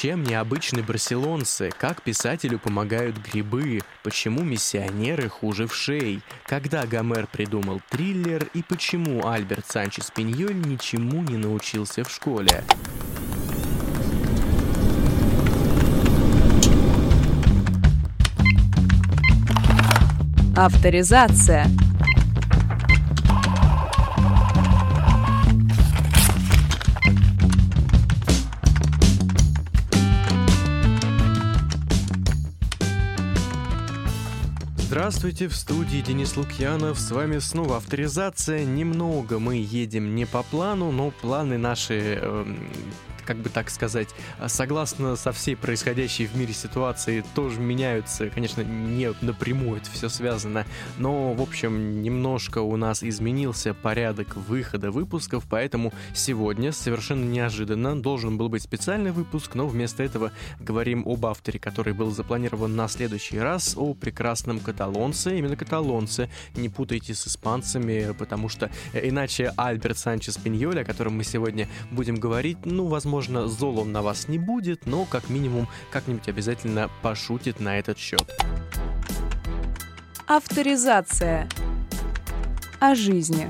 Чем необычны барселонцы? Как писателю помогают грибы? Почему миссионеры хуже вшей? Когда Гомер придумал триллер? И почему Альберт Санчес Пиньоль ничему не научился в школе? Авторизация. Здравствуйте, в студии Денис Лукьянов, с вами снова авторизация. Немного мы едем не по плану, но планы наши, как бы так сказать, согласно со всей происходящей в мире ситуации, тоже меняются. Конечно, не напрямую это все связано, но, в общем, немножко у нас изменился порядок выхода выпусков, поэтому сегодня совершенно неожиданно должен был быть специальный выпуск, но вместо этого говорим об авторе, который был запланирован на следующий раз, о прекрасном каталонце. Именно каталонце, не путайте с испанцами, потому что иначе Альберт Санчес Пиньоль, о котором мы сегодня будем говорить, возможно, зол он на вас не будет, но как минимум как-нибудь обязательно пошутит на этот счет. Авторизация. О жизни.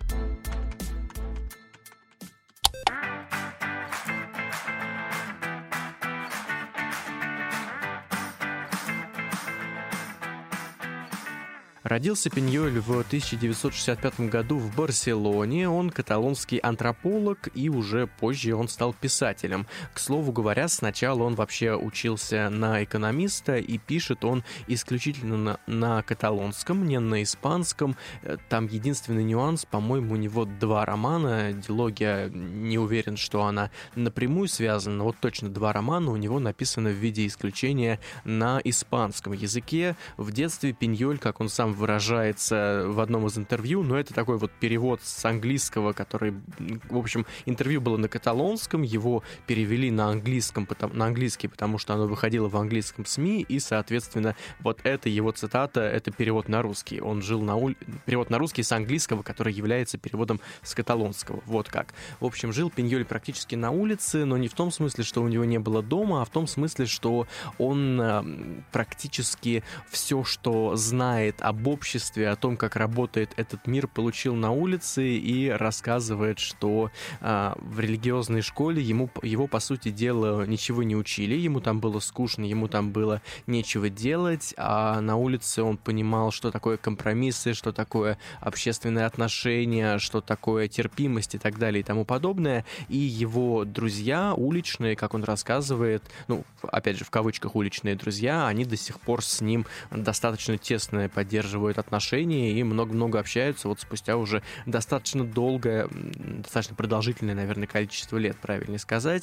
Родился Пиньоль в 1965 году в Барселоне. Он каталонский антрополог, и уже позже он стал писателем. К слову говоря, сначала он вообще учился на экономиста, и пишет он исключительно на каталонском, не на испанском. Там единственный нюанс, по-моему, у него 2 романа. Дилогия, не уверен, что она напрямую связана, но вот точно 2 романа у него написаны в виде исключения на испанском языке. В детстве Пиньоль, как он сам выражается в одном из интервью, но это такой вот перевод с английского, который, в общем, интервью было на каталонском, его перевели на английский, потому что оно выходило в английском СМИ, и, соответственно, вот это его цитата, это перевод на русский. Он жил перевод на русский с английского, который является переводом с каталонского. Вот как. В общем, жил Пиньоль практически на улице, но не в том смысле, что у него не было дома, а в том смысле, что он практически все, что знает об обществе, о том, как работает этот мир, получил на улице, и рассказывает, что в религиозной школе его, по сути дела, ничего не учили, ему там было скучно, ему там было нечего делать, а на улице он понимал, что такое компромиссы, что такое общественные отношения, что такое терпимость и так далее и тому подобное, и его друзья уличные, как он рассказывает, опять же, в кавычках уличные друзья, они до сих пор с ним достаточно тесно поддерживают отношения и много-много общаются вот спустя уже достаточно продолжительное, наверное, количество лет, правильнее сказать.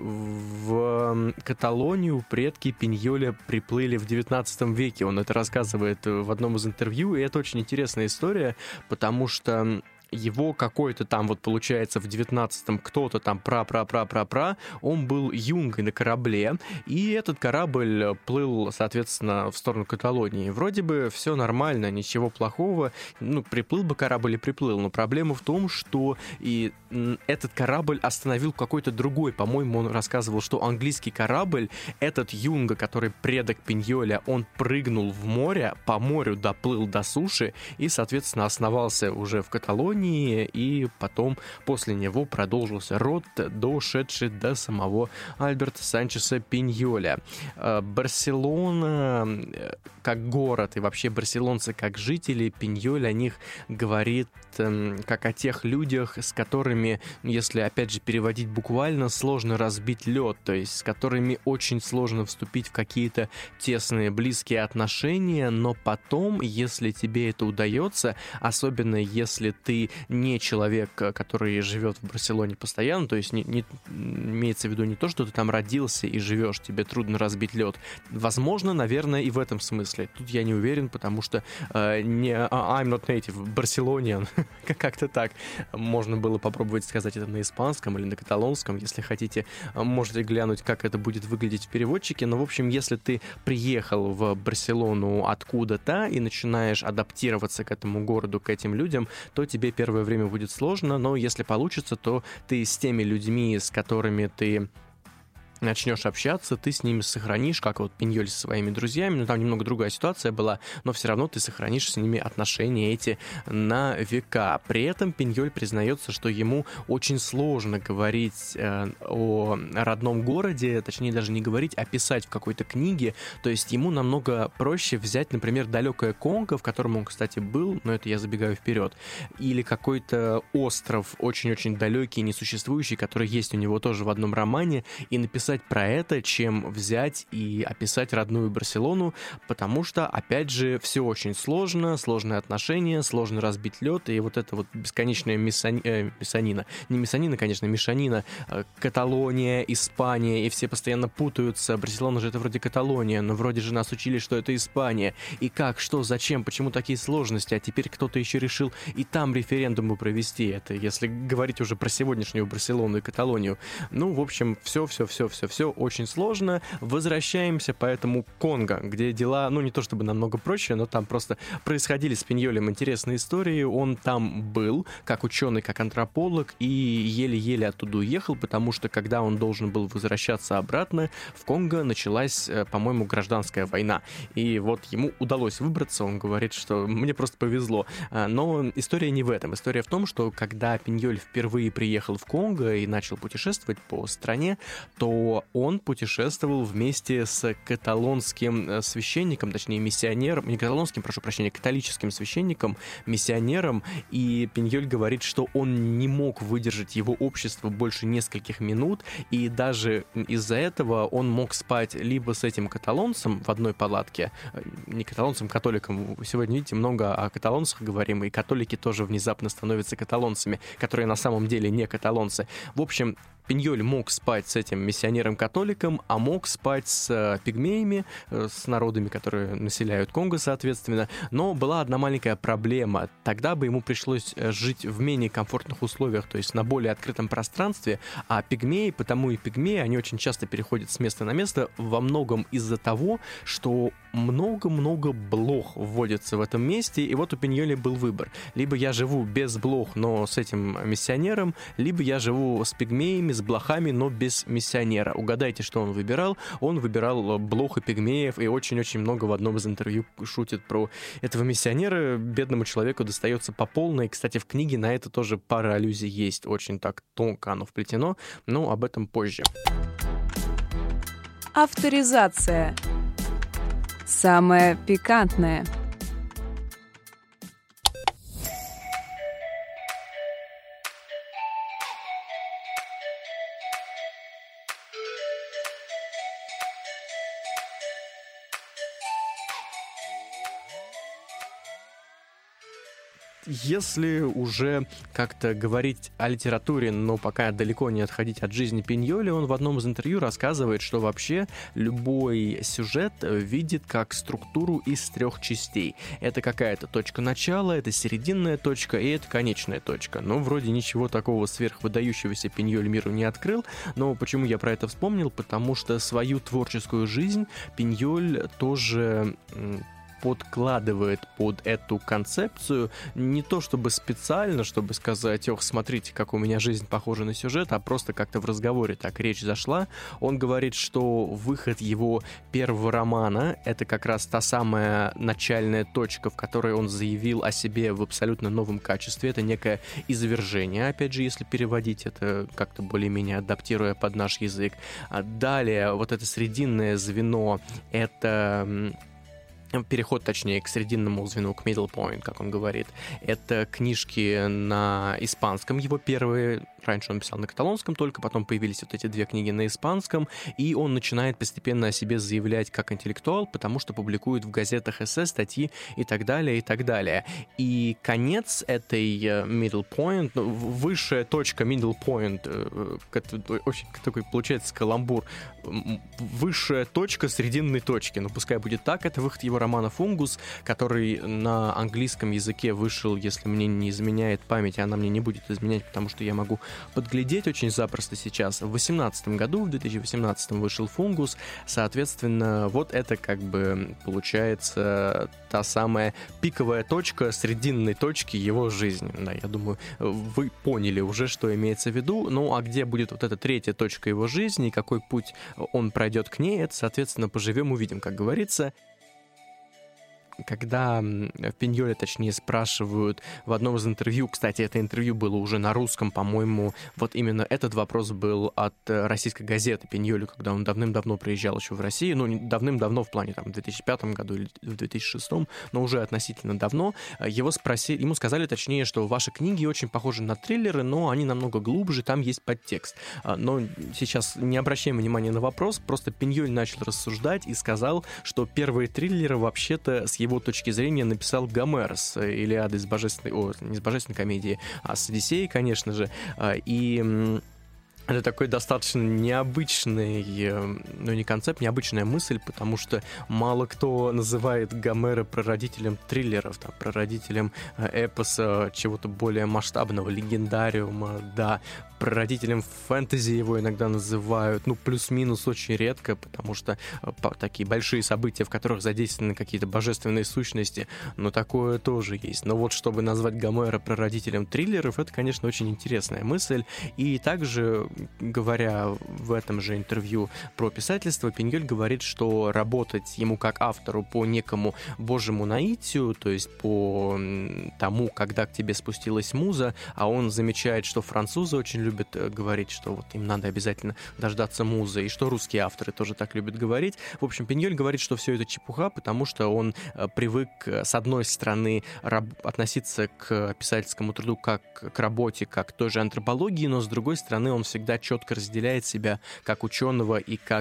В Каталонию предки Пиньоля приплыли в 19 веке. Он это рассказывает в одном из интервью, и это очень интересная история, потому что его какой-то там, получается, в 19-м кто-то там он был юнгой на корабле, и этот корабль плыл, соответственно, в сторону Каталонии. Вроде бы все нормально, ничего плохого, приплыл бы корабль и приплыл, но проблема в том, что и этот корабль остановил какой-то другой, по-моему, он рассказывал, что английский корабль, этот юнга, который предок Пиньоля, он прыгнул в море, по морю доплыл до суши и, соответственно, основался уже в Каталонии, и потом после него продолжился род, дошедший до самого Альберта Санчеса Пиньоля. Барселона как город и вообще барселонцы как жители, Пиньоль о них говорит как о тех людях, с которыми, если опять же переводить буквально, сложно разбить лед, то есть с которыми очень сложно вступить в какие-то тесные близкие отношения, но потом, если тебе это удается, особенно если ты не человек, который живет в Барселоне постоянно, то есть имеется в виду не то, что ты там родился и живешь, тебе трудно разбить лед. Возможно, наверное, и в этом смысле. Тут я не уверен, потому что I'm not native Barcelonian, как-то так. Можно было попробовать сказать это на испанском или на каталонском, если хотите, можете глянуть, как это будет выглядеть в переводчике, но, в общем, если ты приехал в Барселону откуда-то и начинаешь адаптироваться к этому городу, к этим людям, то тебе первое время будет сложно, но если получится, то ты с теми людьми, с которыми ты начнешь общаться, ты с ними сохранишь, как вот Пиньоль со своими друзьями, но там немного другая ситуация была, но все равно ты сохранишь с ними отношения эти на века. При этом Пиньоль признается, что ему очень сложно говорить о родном городе, точнее даже не говорить, а писать в какой-то книге, то есть ему намного проще взять, например, далекое Конго, в котором он, кстати, был, но это я забегаю вперед, или какой-то остров очень-очень далекий, несуществующий, который есть у него тоже в одном романе, и написать про это, чем взять и описать родную Барселону, потому что, опять же, все очень сложно, сложные отношения, сложно разбить лед, и вот это вот бесконечная мешанина, Каталония, Испания, и все постоянно путаются, Барселона же это вроде Каталония, но вроде же нас учили, что это Испания, и как, что, зачем, почему такие сложности, а теперь кто-то еще решил и там референдумы провести, это если говорить уже про сегодняшнюю Барселону и Каталонию. Ну, в общем, все очень сложно. Возвращаемся поэтому к Конго, где дела, ну, не то чтобы намного проще, но там просто происходили с Пиньолем интересные истории. Он там был, как ученый, как антрополог, и еле-еле оттуда уехал, потому что, когда он должен был возвращаться обратно, в Конго началась, по-моему, гражданская война. И вот ему удалось выбраться, он говорит, что мне просто повезло. Но история не в этом. История в том, что когда Пиньоль впервые приехал в Конго и начал путешествовать по стране, то он путешествовал вместе с каталонским священником, точнее миссионером, не каталонским, прошу прощения, католическим священником, миссионером, и Пиньоль говорит, что он не мог выдержать его общество больше нескольких минут, и даже из-за этого он мог спать либо с этим каталонцем в одной палатке, не каталонцем, католиком, сегодня, видите, много о каталонцах говорим, и католики тоже внезапно становятся каталонцами, которые на самом деле не каталонцы. В общем, Пиньоль мог спать с этим миссионером-католиком, а мог спать с пигмеями, с народами, которые населяют Конго, соответственно. Но была одна маленькая проблема. Тогда бы ему пришлось жить в менее комфортных условиях, то есть на более открытом пространстве, а пигмеи, потому и пигмеи, они очень часто переходят с места на место, во многом из-за того, что много-много блох вводится в этом месте, и вот у Пиньоля был выбор. Либо я живу без блох, но с этим миссионером, либо я живу с пигмеями, с блохами, но без миссионера. Угадайте, что он выбирал? Он выбирал блох и пигмеев, и очень-очень много в одном из интервью шутит про этого миссионера. Бедному человеку достается по полной. Кстати, в книге на это тоже пара аллюзий есть. Очень так тонко оно вплетено, но об этом позже. Авторизация. Самое пикантное. Если уже как-то говорить о литературе, но пока далеко не отходить от жизни Пиньоли, он в одном из интервью рассказывает, что вообще любой сюжет видит как структуру из 3 частей. Это какая-то точка начала, это серединная точка и это конечная точка. Ну, вроде ничего такого сверхвыдающегося Пиньоль миру не открыл, но почему я про это вспомнил? Потому что свою творческую жизнь Пиньоль тоже подкладывает под эту концепцию, не то чтобы специально, чтобы сказать: ох, смотрите, как у меня жизнь похожа на сюжет, а просто как-то в разговоре так речь зашла. Он говорит, что выход его первого романа — это как раз та самая начальная точка, в которой он заявил о себе в абсолютно новом качестве. Это некое извержение, опять же, если переводить это как-то более-менее адаптируя под наш язык. Далее, вот это срединное звено — это переход, точнее, к срединному звену, к middle point, как он говорит. Это книжки на испанском, его первые. Раньше он писал на каталонском только, потом появились вот эти 2 книги на испанском, и он начинает постепенно о себе заявлять как интеллектуал, потому что публикует в газетах эссе, статьи и так далее, и так далее. И конец этой middle point, высшая точка middle point, очень такой получается каламбур, высшая точка срединной точки, ну пускай будет так, это выход его его романа «Фунгус», который на английском языке вышел, если мне не изменяет память, она мне не будет изменять, потому что я могу подглядеть очень запросто сейчас. В 2018 вышел «Фунгус», соответственно, вот это как бы получается та самая пиковая точка, срединной точки его жизни. Да, я думаю, вы поняли уже, что имеется в виду. Ну, а где будет вот эта третья точка его жизни, и какой путь он пройдет к ней, это, соответственно, поживем, увидим, как говорится. Когда в Пиньоле, точнее, спрашивают в одном из интервью, кстати, это интервью было уже на русском, по-моему, вот именно этот вопрос был от российской газеты Пиньоле, когда он давным-давно приезжал еще в Россию, ну, давным-давно в плане, там, в 2005 году или в 2006, но уже относительно давно, ему сказали, точнее, что ваши книги очень похожи на триллеры, но они намного глубже, там есть подтекст. Но сейчас не обращаем внимания на вопрос, просто Пиньоль начал рассуждать и сказал, что первые триллеры вообще-то с его точки зрения написал Гомер с Илиадой, не с божественной комедией, а с Одиссеей, конечно же. И это такой достаточно необычный, ну не концепт, необычная мысль, потому что мало кто называет Гомера прародителем триллеров, там, прародителем эпоса, чего-то более масштабного, легендариума, да, прародителем фэнтези его иногда называют, ну плюс-минус очень редко, потому что такие большие события, в которых задействованы какие-то божественные сущности, но такое тоже есть. Но вот чтобы назвать Гомера прародителем триллеров, это, конечно, очень интересная мысль, и также, говоря в этом же интервью про писательство, Пиньоль говорит, что работать ему как автору по некому божьему наитию, то есть по тому, когда к тебе спустилась муза, а он замечает, что французы очень любят говорить, что вот им надо обязательно дождаться музы, и что русские авторы тоже так любят говорить. В общем, Пиньоль говорит, что все это чепуха, потому что он привык, с одной стороны, относиться к писательскому труду как к работе, как к той же антропологии, но с другой стороны, он всегда четко разделяет себя как ученого и как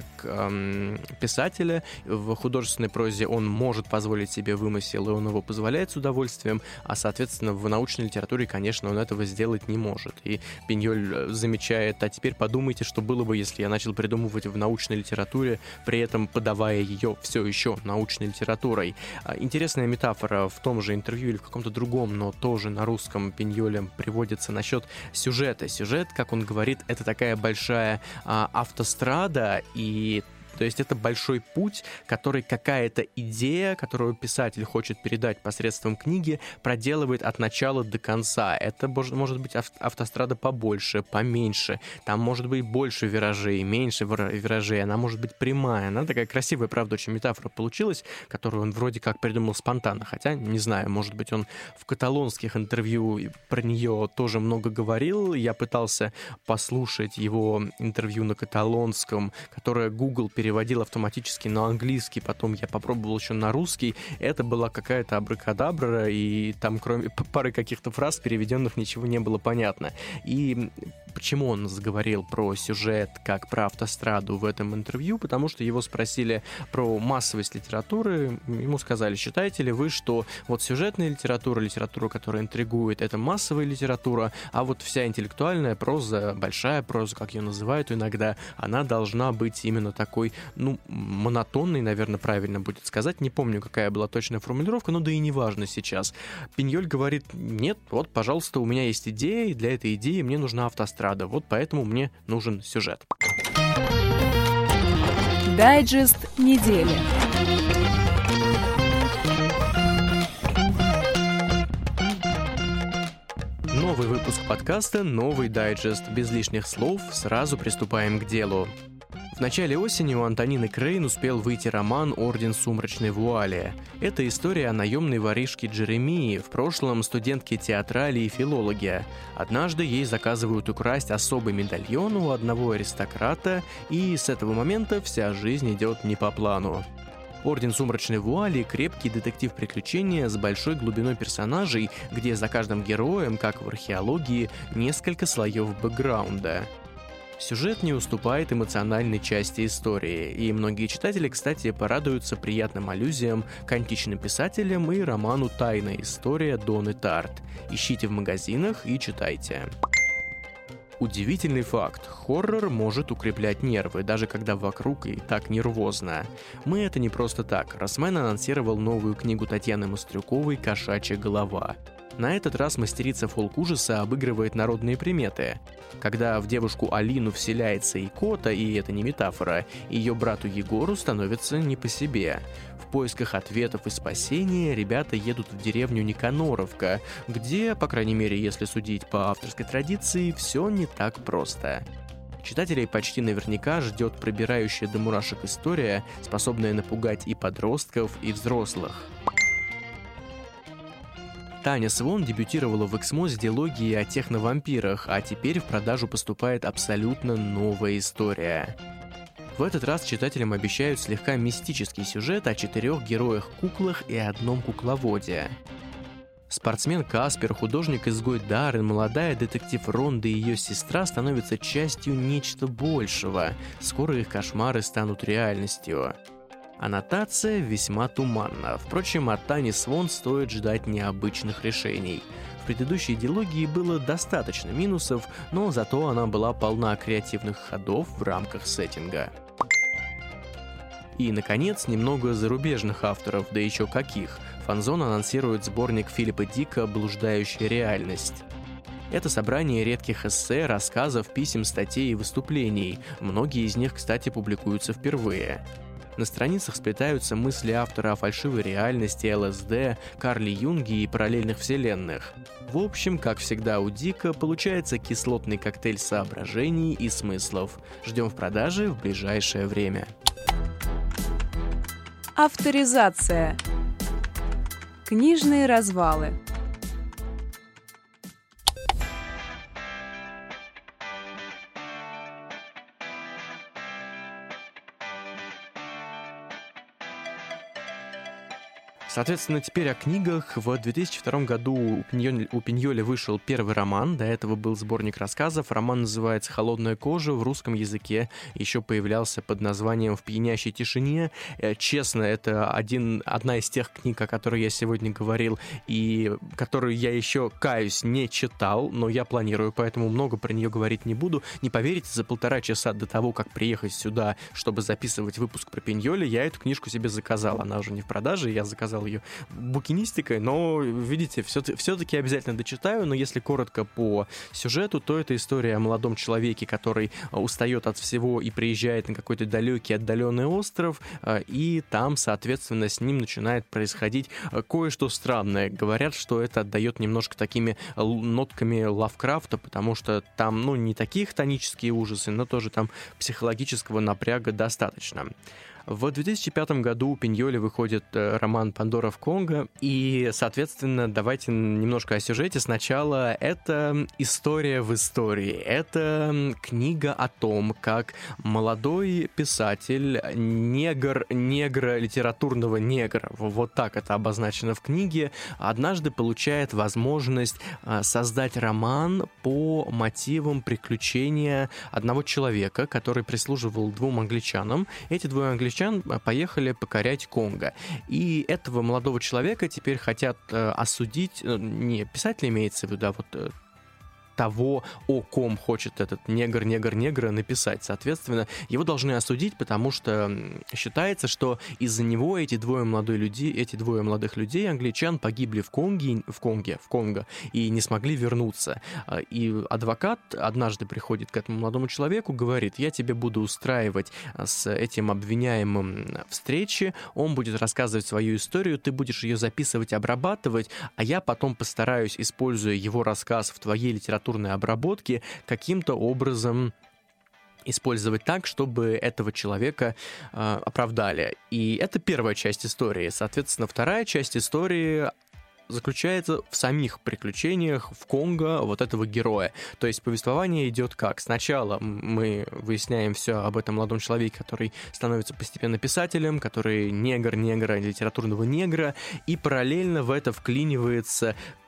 писателя. В художественной прозе он может позволить себе вымысел, и он его позволяет с удовольствием, а, соответственно, в научной литературе, конечно, он этого сделать не может. И Пиньоль замечает, а теперь подумайте, что было бы, если я начал придумывать в научной литературе, при этом подавая ее все еще научной литературой. Интересная метафора в том же интервью или в каком-то другом, но тоже на русском Пиньолем приводится насчет сюжета. Сюжет, как он говорит, это такая большая автострада, и то есть это большой путь, который какая-то идея, которую писатель хочет передать посредством книги, проделывает от начала до конца. Это может быть автострада побольше, поменьше. Там может быть больше виражей, меньше виражей. Она может быть прямая. Она такая красивая, правда, очень метафора получилась, которую он вроде как придумал спонтанно. Хотя, не знаю, может быть, он в каталонских интервью про нее тоже много говорил. Я пытался послушать его интервью на каталонском, которое Google переводил автоматически на английский, потом я попробовал еще на русский. Это была какая-то абракадабра, и там кроме пары каких-то фраз переведенных ничего не было понятно. И почему он заговорил про сюжет как про автостраду в этом интервью? Потому что его спросили про массовость литературы. Ему сказали, считаете ли вы, что вот сюжетная литература, литература, которая интригует, это массовая литература, а вот вся интеллектуальная проза, большая проза, как ее называют иногда, она должна быть именно такой, ну, монотонный, наверное, правильно будет сказать. Не помню, какая была точная формулировка, но да и не важно сейчас. Пиньоль говорит, нет, вот, пожалуйста, у меня есть идея, и для этой идеи мне нужна автострада. Вот поэтому мне нужен сюжет. Дайджест недели. Новый выпуск подкаста, новый дайджест. Без лишних слов сразу приступаем к делу. В начале осени у Антонины Крейн успел выйти роман «Орден сумрачной вуали». Это история о наемной воришке Джеремии, в прошлом студентке театралии и филологии. Однажды ей заказывают украсть особый медальон у одного аристократа, и с этого момента вся жизнь идет не по плану. «Орден сумрачной вуали» — крепкий детектив приключения с большой глубиной персонажей, где за каждым героем, как в археологии, несколько слоев бэкграунда. Сюжет не уступает эмоциональной части истории, и многие читатели, кстати, порадуются приятным аллюзиям к античным писателям и роману «Тайная история» Доны Тарт. Ищите в магазинах и читайте. Удивительный факт. Хоррор может укреплять нервы, даже когда вокруг и так нервозно. Мы это не просто так. Росмен анонсировал новую книгу Татьяны Мострюковой «Кошачья голова». На этот раз мастерица фолк-ужаса обыгрывает народные приметы. Когда в девушку Алину вселяется икота, и это не метафора, ее брату Егору становится не по себе. В поисках ответов и спасения ребята едут в деревню Никаноровка, где, по крайней мере, если судить по авторской традиции, все не так просто. Читателей почти наверняка ждет пробирающая до мурашек история, способная напугать и подростков, и взрослых. Таня Свон дебютировала в Эксмо с диалогией о техновампирах, а теперь в продажу поступает абсолютно новая история. В этот раз читателям обещают слегка мистический сюжет о 4 героях-куклах и одном кукловоде. Спортсмен Каспер, художник-изгой Даррен, молодая детектив Ронда и ее сестра становятся частью нечто большего. Скоро их кошмары станут реальностью. Аннотация весьма туманна. Впрочем, от Тани Свон стоит ждать необычных решений. В предыдущей дилогии было достаточно минусов, но зато она была полна креативных ходов в рамках сеттинга. И, наконец, немного зарубежных авторов, да еще каких. Фанзон анонсирует сборник Филиппа Дика «Блуждающая реальность». Это собрание редких эссе, рассказов, писем, статей и выступлений. Многие из них, кстати, публикуются впервые. На страницах сплетаются мысли автора о фальшивой реальности, ЛСД, Карле Юнге и параллельных вселенных. В общем, как всегда у Дика, получается кислотный коктейль соображений и смыслов. Ждем в продаже в ближайшее время. Авторизация. Книжные развалы. Соответственно, теперь о книгах. В 2002 году у Пиньоли вышел первый роман, до этого был сборник рассказов. Роман называется «Холодная кожа», в русском языке еще появлялся под названием «В пьянящей тишине». Честно, это одна из тех книг, о которой я сегодня говорил, и которую я еще, каюсь, не читал, но я планирую, поэтому много про нее говорить не буду. Не поверите, за 1,5 часа до того, как приехать сюда, чтобы записывать выпуск про Пиньоли, я эту книжку себе заказал. Она уже не в продаже, я заказал ее букинистикой, но, видите, все-таки обязательно дочитаю, но если коротко по сюжету, то это история о молодом человеке, который устает от всего и приезжает на какой-то далекий, отдаленный остров, и там, соответственно, с ним начинает происходить кое-что странное. Говорят, что это отдает немножко такими нотками Лавкрафта, потому что там, не такие хтонические ужасы, но тоже там психологического напряга достаточно. В 2005 году у Пиньоли выходит роман «Пандора в Конго», и, соответственно, давайте немножко о сюжете. Сначала это история в истории. Это книга о том, как молодой писатель, литературного негра, вот так это обозначено в книге, однажды получает возможность создать роман по мотивам приключения одного человека, который прислуживал 2 англичанам. Эти 2 англичан поехали покорять Конго. И этого молодого человека теперь хотят осудить, не писатель имеется в виду, а вот того, о ком хочет этот негр написать. Соответственно, его должны осудить, потому что считается, что из-за него эти двое молодых людей, англичан, погибли в Конго, и не смогли вернуться. И адвокат однажды приходит к этому молодому человеку, говорит: я тебе буду устраивать с этим обвиняемым встречи, он будет рассказывать свою историю, ты будешь ее записывать, обрабатывать, а я потом постараюсь, используя его рассказ в твоей литературной обработки, каким-то образом использовать так, чтобы этого человека оправдали. И это первая часть истории. Соответственно, вторая часть истории заключается в самих приключениях в Конго вот этого героя. То есть повествование идет как? Сначала мы выясняем все об этом молодом человеке, который становится постепенно писателем, который негра, литературного негра, и параллельно в это вклинивается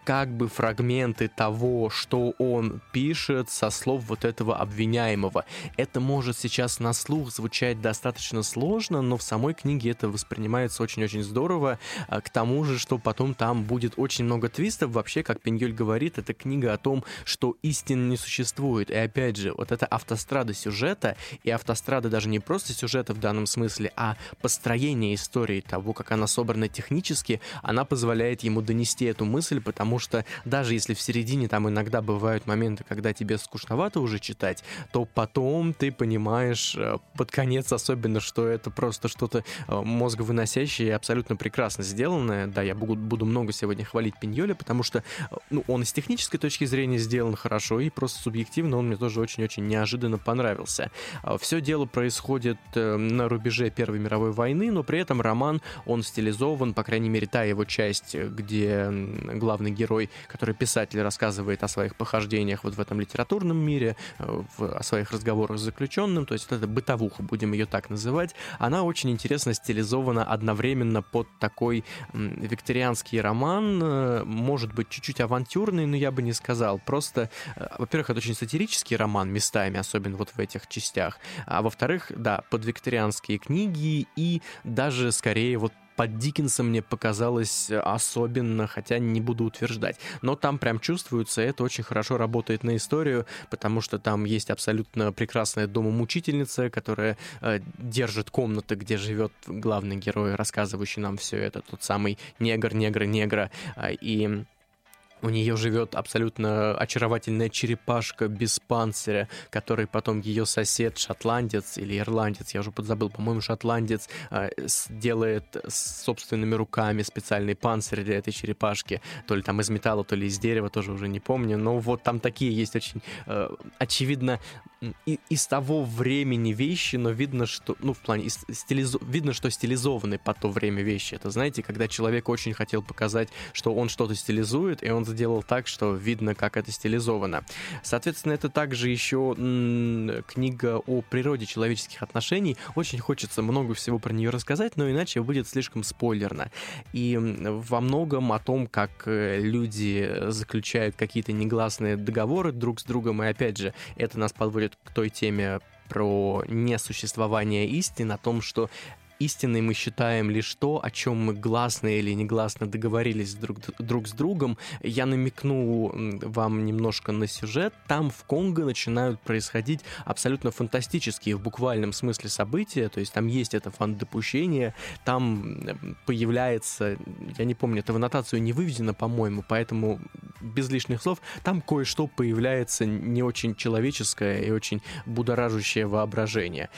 как бы фрагменты того, что он пишет со слов вот этого обвиняемого. Это может сейчас на слух звучать достаточно сложно, но в самой книге это воспринимается очень-очень здорово. К тому же, что потом там будет очень много твистов. Вообще, как Пиньоль говорит, это книга о том, что истины не существует. И опять же, вот эта автострада сюжета, и автострада даже не просто сюжета в данном смысле, а построение истории, того, как она собрана технически, она позволяет ему донести эту мысль, потому что даже если в середине там иногда бывают моменты, когда тебе скучновато уже читать, то потом ты понимаешь под конец особенно, что это просто что-то мозговыносящее и абсолютно прекрасно сделанное. Да, я буду много сегодня хвалить Пиньоля, потому что он и с технической точки зрения сделан хорошо, и просто субъективно он мне тоже очень-очень неожиданно понравился. Все дело происходит на рубеже Первой мировой войны, но при этом роман, он стилизован, по крайней мере, та его часть, где главный герой, который писатель, рассказывает о своих похождениях вот в этом литературном мире, о своих разговорах с заключенным, то есть вот эта бытовуха, будем ее так называть, она очень интересно стилизована одновременно под такой викторианский роман, может быть, чуть-чуть авантюрный, но я бы не сказал. Просто, во-первых, это очень сатирический роман местами, особенно вот в этих частях, а во-вторых, да, под викторианские книги и даже скорее вот под Диккенса мне показалось особенно, хотя не буду утверждать. Но там прям чувствуется, это очень хорошо работает на историю, потому что там есть абсолютно прекрасная домомучительница, которая держит комнаты, где живет главный герой, рассказывающий нам все это, тот самый негр, и у нее живет абсолютно очаровательная черепашка без панциря, который потом ее сосед, шотландец или ирландец, я уже подзабыл, по-моему, шотландец, делает собственными руками специальный панцирь для этой черепашки, то ли там из металла, то ли из дерева, тоже уже не помню, но вот там такие есть очень, очевидно, из того времени вещи, но видно, что, в плане, видно, что стилизованы под то время вещи. Это, знаете, когда человек очень хотел показать, что он что-то стилизует, и он сделал так, что видно, как это стилизовано. Соответственно, это также еще книга о природе человеческих отношений. Очень хочется много всего про нее рассказать, но иначе будет слишком спойлерно. И во многом о том, как люди заключают какие-то негласные договоры друг с другом, и опять же, это нас подводит к той теме про несуществование истин, о том, что истиной мы считаем лишь то, о чем мы гласно или негласно договорились друг с другом. Я намекну вам немножко на сюжет. Там в Конго начинают происходить абсолютно фантастические в буквальном смысле события, то есть там есть это фан-допущение, там появляется, я не помню, это в аннотацию не выведено, по-моему, поэтому без лишних слов, там кое-что появляется не очень человеческое и очень будоражащее воображение.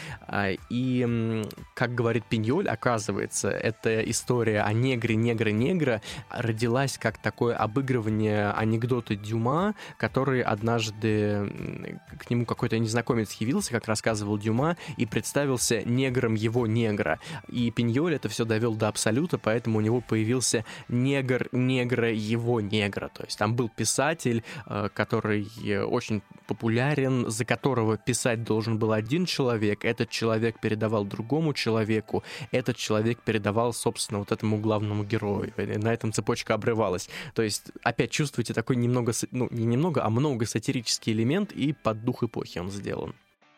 И, как говорит Пиньоль, оказывается, эта история о негре родилась как такое обыгрывание анекдота Дюма, который однажды к нему какой-то незнакомец явился, как рассказывал Дюма, и представился негром его негра. И Пиньоль это все довел до абсолюта, поэтому у него появился негр негра его негра. То есть там был писатель, который очень популярен, за которого писать должен был один человек, этот человек передавал другому человеку, этот человек передавал, собственно, вот этому главному герою. И на этом цепочка обрывалась. То есть, опять чувствуете такой немного, не немного, а много сатирический элемент, и под дух эпохи он сделан.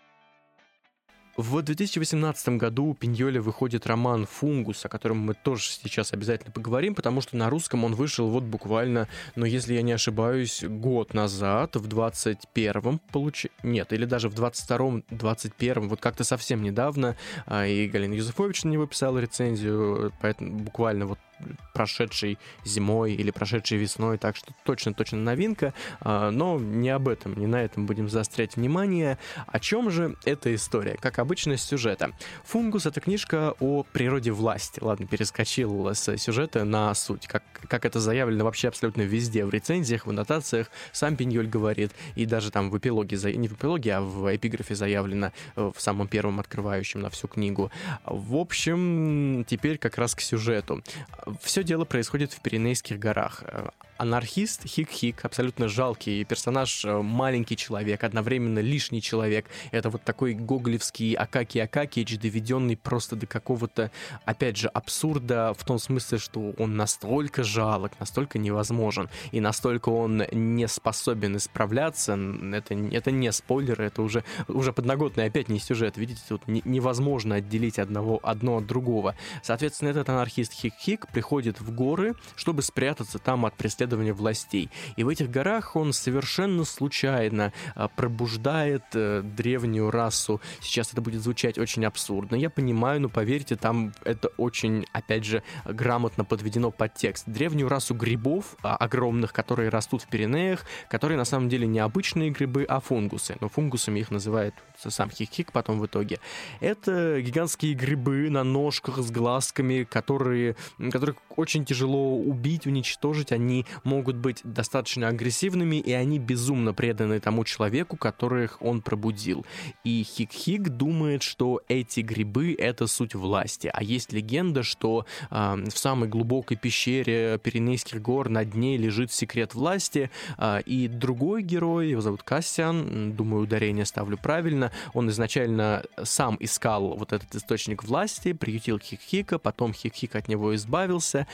В 2018 году у Пиньоля выходит роман «Фунгус», о котором мы тоже сейчас обязательно поговорим, потому что на русском он вышел вот буквально, если я не ошибаюсь, год назад, в 21-м, нет, или даже в 22-м, 21-м, вот как-то совсем недавно, и Галина Юзефович на него писала рецензию, поэтому буквально вот прошедшей зимой или прошедшей весной, так что точно новинка, но не об этом, не на этом будем заострять внимание. О чем же эта история? Как обычно, с сюжета. «Фунгус» — это книжка о природе власти. Ладно, перескочил с сюжета на суть. Как это заявлено вообще абсолютно везде, в рецензиях, в аннотациях, сам Пиньоль говорит, и даже там в эпилоге, не в эпилоге, а в эпиграфе заявлено, в самом первом открывающем на всю книгу. В общем, теперь как раз к сюжету. Все дело происходит в Пиренейских горах. анархист Хик-Хик, абсолютно жалкий персонаж, маленький человек, одновременно лишний человек. Это вот такой гоголевский Акакий Акакиевич, доведенный просто до какого-то, опять же, абсурда, в том смысле, что он настолько жалок, настолько невозможен, и настолько он не способен исправляться. Это не спойлеры, это уже подноготный, опять не сюжет. Видите, тут невозможно отделить одно от другого. Соответственно, этот анархист Хик-Хик приходит в горы, чтобы спрятаться там от преследования властей. И в этих горах он совершенно случайно пробуждает древнюю расу. Сейчас это будет звучать очень абсурдно, я понимаю, но поверьте, там это очень, опять же, грамотно подведено под текст. Древнюю расу грибов огромных, которые растут в Пиренеях, которые на самом деле не обычные грибы, а фунгусы. Но фунгусами их называет сам Хик-Хик потом в итоге. Это гигантские грибы на ножках с глазками, которых очень тяжело убить, уничтожить. Они могут быть достаточно агрессивными, и они безумно преданы тому человеку, которых он пробудил. И Хик-Хик думает, что эти грибы — это суть власти. А есть легенда, что в самой глубокой пещере Пиренейских гор на дне лежит секрет власти. И другой герой, его зовут Кассиан, думаю, ударение ставлю правильно, он изначально сам искал вот этот источник власти, приютил Хик-Хика, потом Хик-Хик от него избавился,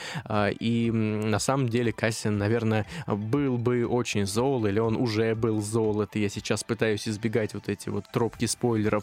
и на самом деле Кассиан, наверное, был бы очень зол, или он уже был зол. Это я сейчас пытаюсь избегать вот эти вот тропки спойлеров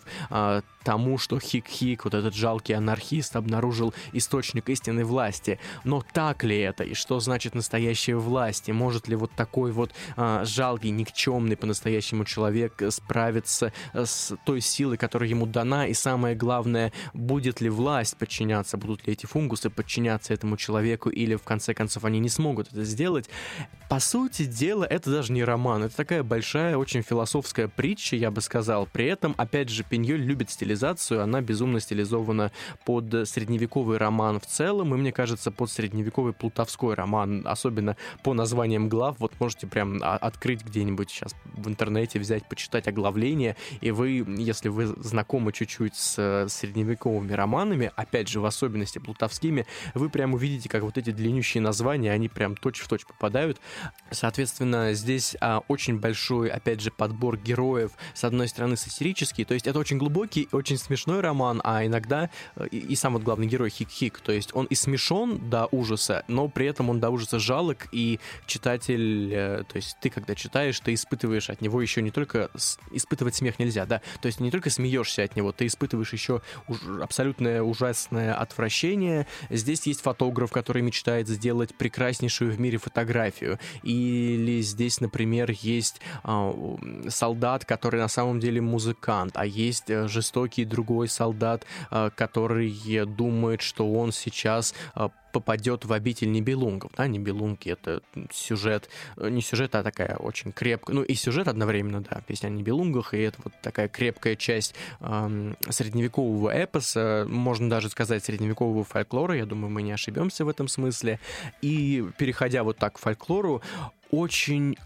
тому, что Хик-Хик, вот этот жалкий анархист, обнаружил источник истинной власти. Но так ли это? И что значит настоящая власть? И может ли вот такой вот жалкий, никчемный по-настоящему человек справиться с той силой, которая ему дана? И самое главное, будет ли власть подчиняться, будут ли эти фунгусы подчиняться этому человеку, или в конце концов они не смогут это сделать? По сути дела, это даже не роман, это такая большая, очень философская притча, я бы сказал. При этом, опять же, Пиньоль любит стилизацию, она безумно стилизована под средневековый роман в целом, и, мне кажется, под средневековый плутовской роман, особенно по названиям глав. Вот можете прям открыть где-нибудь сейчас в интернете, взять, почитать оглавление, и вы, если вы знакомы чуть-чуть с средневековыми романами, опять же, в особенности плутовскими, вы прям увидите, как вот эти длиннющие названия, они прям точь-в-точь попадают. Соответственно, здесь очень большой, опять же, подбор героев, с одной стороны, сатирический, то есть это очень глубокий, очень смешной роман, а иногда и сам вот главный герой Хик-Хик, то есть он и смешон до ужаса, но при этом он до ужаса жалок, и читатель, то есть ты, когда читаешь, ты испытываешь от него еще не только... Испытывать смех нельзя, да, то есть не только смеешься от него, ты испытываешь еще абсолютное ужасное отвращение. Здесь есть фотограф, который мечтает сделать прекраснейшую в мире фотографию. Или здесь, например, есть солдат, который на самом деле музыкант, а есть жестокий другой солдат, который думает, что он сейчас попадет в обитель Нибелунгов. Да, Нибелунги — это сюжет, не сюжет, а такая очень крепкая, ну и сюжет одновременно, да, песня о Нибелунгах, и это вот такая крепкая часть средневекового эпоса, можно даже сказать средневекового фольклора, я думаю, мы не ошибемся в этом смысле. И переходя вот так к фольклору, очень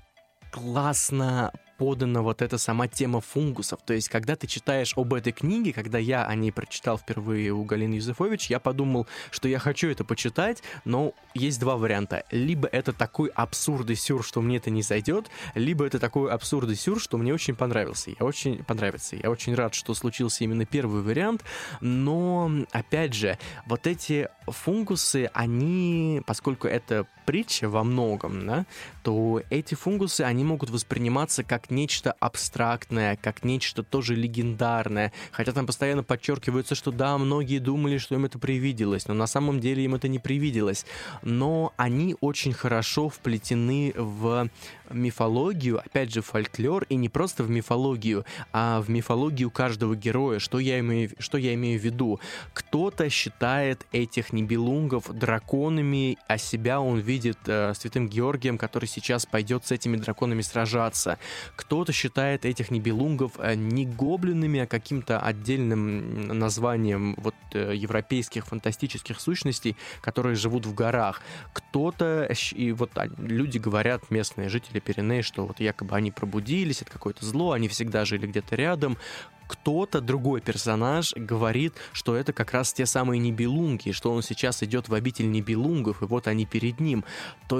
классно подана вот эта сама тема фунгусов. То есть, когда ты читаешь об этой книге, когда я о ней прочитал впервые у Галины Юзефович, я подумал, что я хочу это почитать, но есть два варианта. Либо это такой абсурд и сюр, что мне это не зайдет, либо это такой абсурд и сюр, что мне очень понравился. Я очень рад, что случился именно первый вариант, но, опять же, вот эти фунгусы, они, поскольку это притча во многом, да, то эти фунгусы, они могут восприниматься как нечто абстрактное, как нечто тоже легендарное, хотя там постоянно подчеркивается, что да, многие думали, что им это привиделось, но на самом деле им это не привиделось, но они очень хорошо вплетены в мифологию, опять же, фольклор, и не просто в мифологию, а в мифологию каждого героя. Что я имею в виду? Кто-то считает этих нибелунгов драконами, а себя он видит святым Георгием, который сейчас пойдет с этими драконами сражаться. Кто-то считает этих нибелунгов не гоблинами, а каким-то отдельным названием вот европейских фантастических сущностей, которые живут в горах. Кто-то, и вот люди говорят, местные жители Пиренеи, что вот якобы они пробудились, это какое-то зло, они всегда жили где-то рядом. Кто-то, другой персонаж, говорит, что это как раз те самые нибелунги, что он сейчас идет в обитель нибелунгов, и вот они перед ним. То есть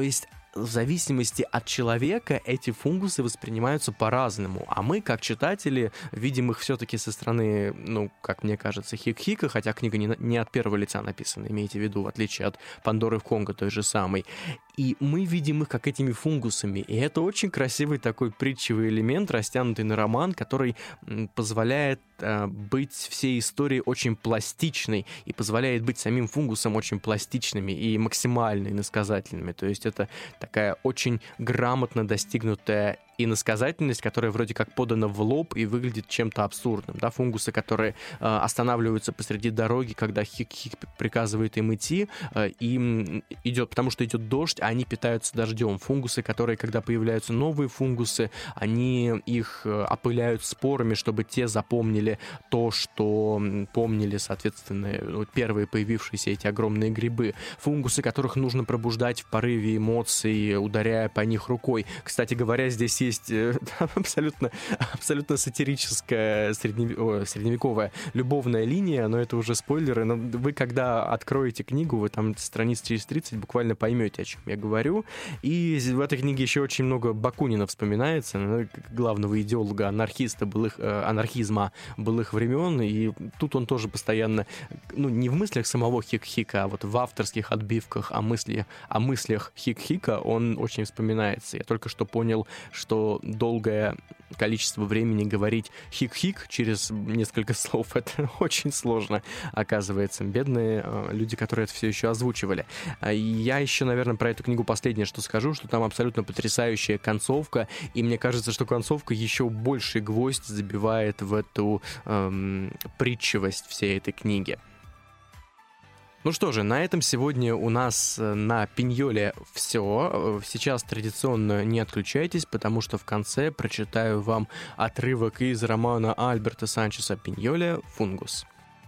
в зависимости от человека эти фунгусы воспринимаются по-разному, а мы, как читатели, видим их все-таки со стороны, как мне кажется, Хик-Хика, хотя книга не от первого лица написана, имейте в виду, в отличие от Пандоры в Конго той же самой. И мы видим их как этими фунгусами, и это очень красивый такой притчевый элемент, растянутый на роман, который позволяет быть всей историей очень пластичной и позволяет быть самим фунгусом очень пластичными и максимально иносказательными. То есть это такая очень грамотно достигнутая иносказательность, которая вроде как подана в лоб и выглядит чем-то абсурдным. Да? Фунгусы, которые останавливаются посреди дороги, когда Хик-Хик приказывает им идти, им идет, потому что идет дождь, а они питаются дождем. Фунгусы, которые, когда появляются новые фунгусы, они их опыляют спорами, чтобы те запомнили то, что помнили, соответственно, первые появившиеся эти огромные грибы. Фунгусы, которых нужно пробуждать в порыве эмоций, ударяя по них рукой. Кстати говоря, здесь есть абсолютно сатирическая средневековая любовная линия, но это уже спойлеры. Но вы, когда откроете книгу, вы там страниц через 30 буквально поймете, о чем я говорю. И в этой книге еще очень много Бакунина вспоминается, главного идеолога анархизма былых времен. И тут он тоже постоянно, не в мыслях самого Хик-Хика, а вот в авторских отбивках о мыслях Хик-Хика он очень вспоминается. Я только что понял, что долгое количество времени говорить хик-хик через несколько слов, это очень сложно, оказывается. Бедные люди, которые это все еще озвучивали. Я еще, наверное, про эту книгу последнее, что скажу, что там абсолютно потрясающая концовка, и мне кажется, что концовка еще больший гвоздь забивает в эту притчивость всей этой книги. Ну что же, на этом сегодня у нас на Пиньоле все. Сейчас традиционно не отключайтесь, потому что в конце прочитаю вам отрывок из романа Альберта Санчеса Пиньоля «Фунгус».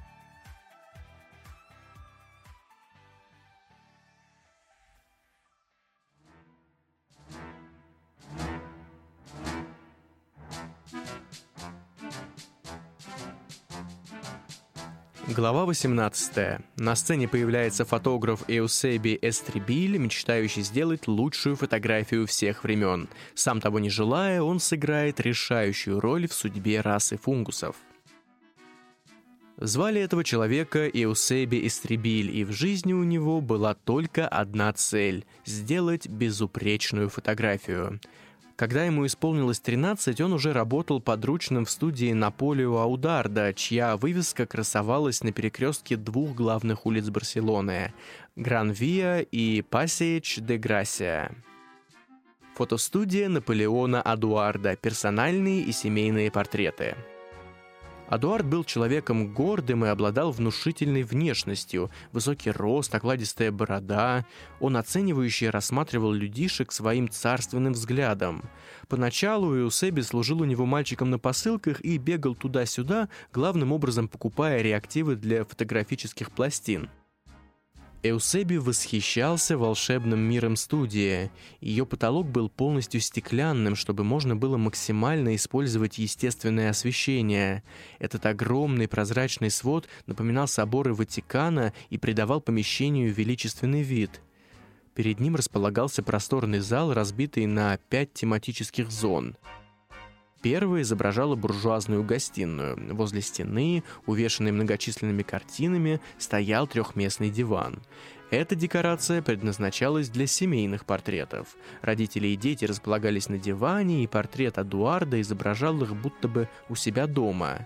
Глава 18. На сцене появляется фотограф Эусеби Эстребиль, мечтающий сделать лучшую фотографию всех времен. Сам того не желая, он сыграет решающую роль в судьбе расы фунгусов. Звали этого человека Эусеби Эстребиль, и в жизни у него была только одна цель – сделать безупречную фотографию. Когда ему исполнилось 13, он уже работал подручным в студии Наполео Аударда, чья вывеска красовалась на перекрестке двух главных улиц Барселоны – Гран-Виа и Пасеич де Грасия. Фотостудия Наполеона Адуарда, персональные и семейные портреты. Адуард был человеком гордым и обладал внушительной внешностью, высокий рост, окладистая борода. Он оценивающе рассматривал людишек своим царственным взглядом. Поначалу Эусеби служил у него мальчиком на посылках и бегал туда-сюда, главным образом покупая реактивы для фотографических пластин. Эусеби восхищался волшебным миром студии. Ее потолок был полностью стеклянным, чтобы можно было максимально использовать естественное освещение. Этот огромный прозрачный свод напоминал соборы Ватикана и придавал помещению величественный вид. Перед ним располагался просторный зал, разбитый на 5 тематических зон. Первая изображала буржуазную гостиную. Возле стены, увешанной многочисленными картинами, стоял трехместный диван. Эта декорация предназначалась для семейных портретов. Родители и дети располагались на диване, и портрет Адуарда изображал их будто бы у себя дома.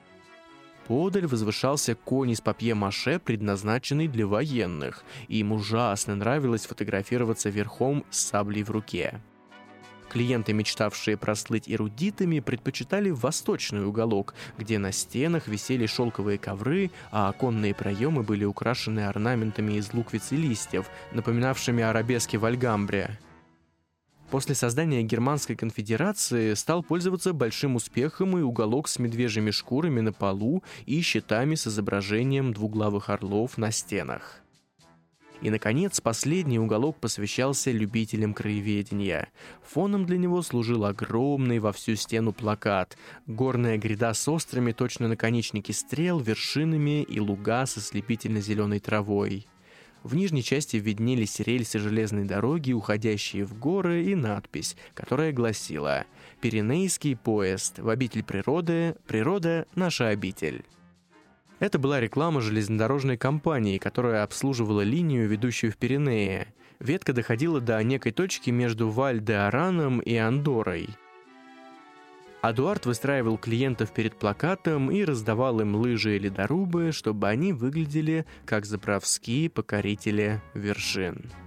Подаль возвышался конь из папье-маше, предназначенный для военных, и им ужасно нравилось фотографироваться верхом с саблей в руке. Клиенты, мечтавшие прослыть эрудитами, предпочитали восточный уголок, где на стенах висели шелковые ковры, а оконные проемы были украшены орнаментами из луковиц и листьев, напоминавшими арабески в Альгамбре. После создания Германской конфедерации стал пользоваться большим успехом и уголок с медвежьими шкурами на полу и щитами с изображением двуглавых орлов на стенах. И, наконец, последний уголок посвящался любителям краеведения. Фоном для него служил огромный во всю стену плакат. Горная гряда с острыми, точно наконечники стрел, вершинами и луга со слепительно-зеленой травой. В нижней части виднелись рельсы железной дороги, уходящие в горы, и надпись, которая гласила: «Пиренейский поезд, в обитель природы, природа — наша обитель». Это была реклама железнодорожной компании, которая обслуживала линию, ведущую в Пиренеи. Ветка доходила до некой точки между Валь-де-Араном и Андоррой. Адуард выстраивал клиентов перед плакатом и раздавал им лыжи и ледорубы, чтобы они выглядели как заправские покорители вершин.